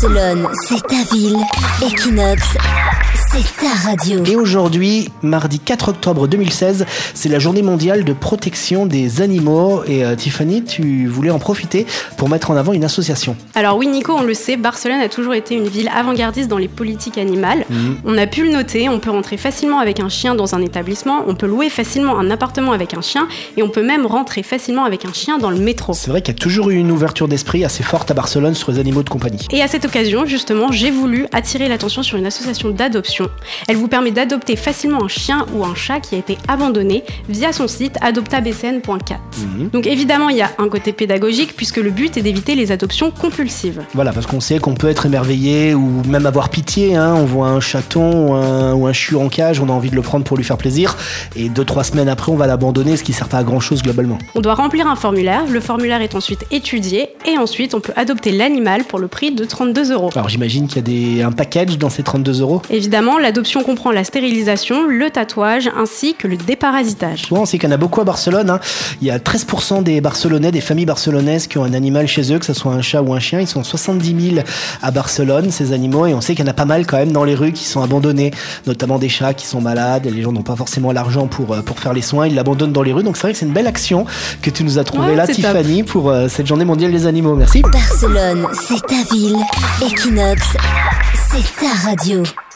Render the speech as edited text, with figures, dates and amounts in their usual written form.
Barcelone, c'est ta ville. Equinox, c'est ta radio. Et aujourd'hui, mardi 4 octobre 2016, c'est la journée mondiale de protection des animaux. Et Tiffany, tu voulais en profiter pour mettre en avant une association. Alors oui Nico, on le sait, Barcelone a toujours été une ville avant-gardiste dans les politiques animales. On a pu le noter, on peut rentrer facilement avec un chien dans un établissement, on peut louer facilement un appartement avec un chien et on peut même rentrer facilement avec un chien dans le métro. C'est vrai qu'il y a toujours eu une ouverture d'esprit assez forte à Barcelone sur les animaux de compagnie. Et à cette occasion, justement, j'ai voulu attirer l'attention sur une association d'adoption. Elle vous permet d'adopter facilement un chien ou un chat qui a été abandonné via son site adoptabcn.cat. Donc évidemment, il y a un côté pédagogique puisque le but est d'éviter les adoptions compulsives. Voilà, parce qu'on sait qu'on peut être émerveillé ou même avoir pitié. On voit un chaton ou un chiot en cage, on a envie de le prendre pour lui faire plaisir. Et 2-3 semaines après, on va l'abandonner, ce qui ne sert pas à grand-chose globalement. On doit remplir un formulaire. Le formulaire est ensuite étudié et ensuite, on peut adopter l'animal pour le prix de 32 €. Alors j'imagine qu'il y a un package dans ces 32 €. Évidemment, l'adoption comprend la stérilisation, le tatouage ainsi que le déparasitage. Souvent, on sait qu'il y en a beaucoup à Barcelone. Il y a 13% des Barcelonais, des familles barcelonaises qui ont un animal chez eux, que ce soit un chat ou un chien. Ils sont 70 000 à Barcelone, ces animaux, et on sait qu'il y en a pas mal quand même dans les rues qui sont abandonnés, notamment des chats qui sont malades, et les gens n'ont pas forcément l'argent pour faire les soins, ils l'abandonnent dans les rues. Donc c'est vrai que c'est une belle action que tu nous as trouvée là, Tiffany, top. Pour cette journée mondiale des animaux. Merci. Barcelone, c'est ta ville. Equinox, c'est ta radio.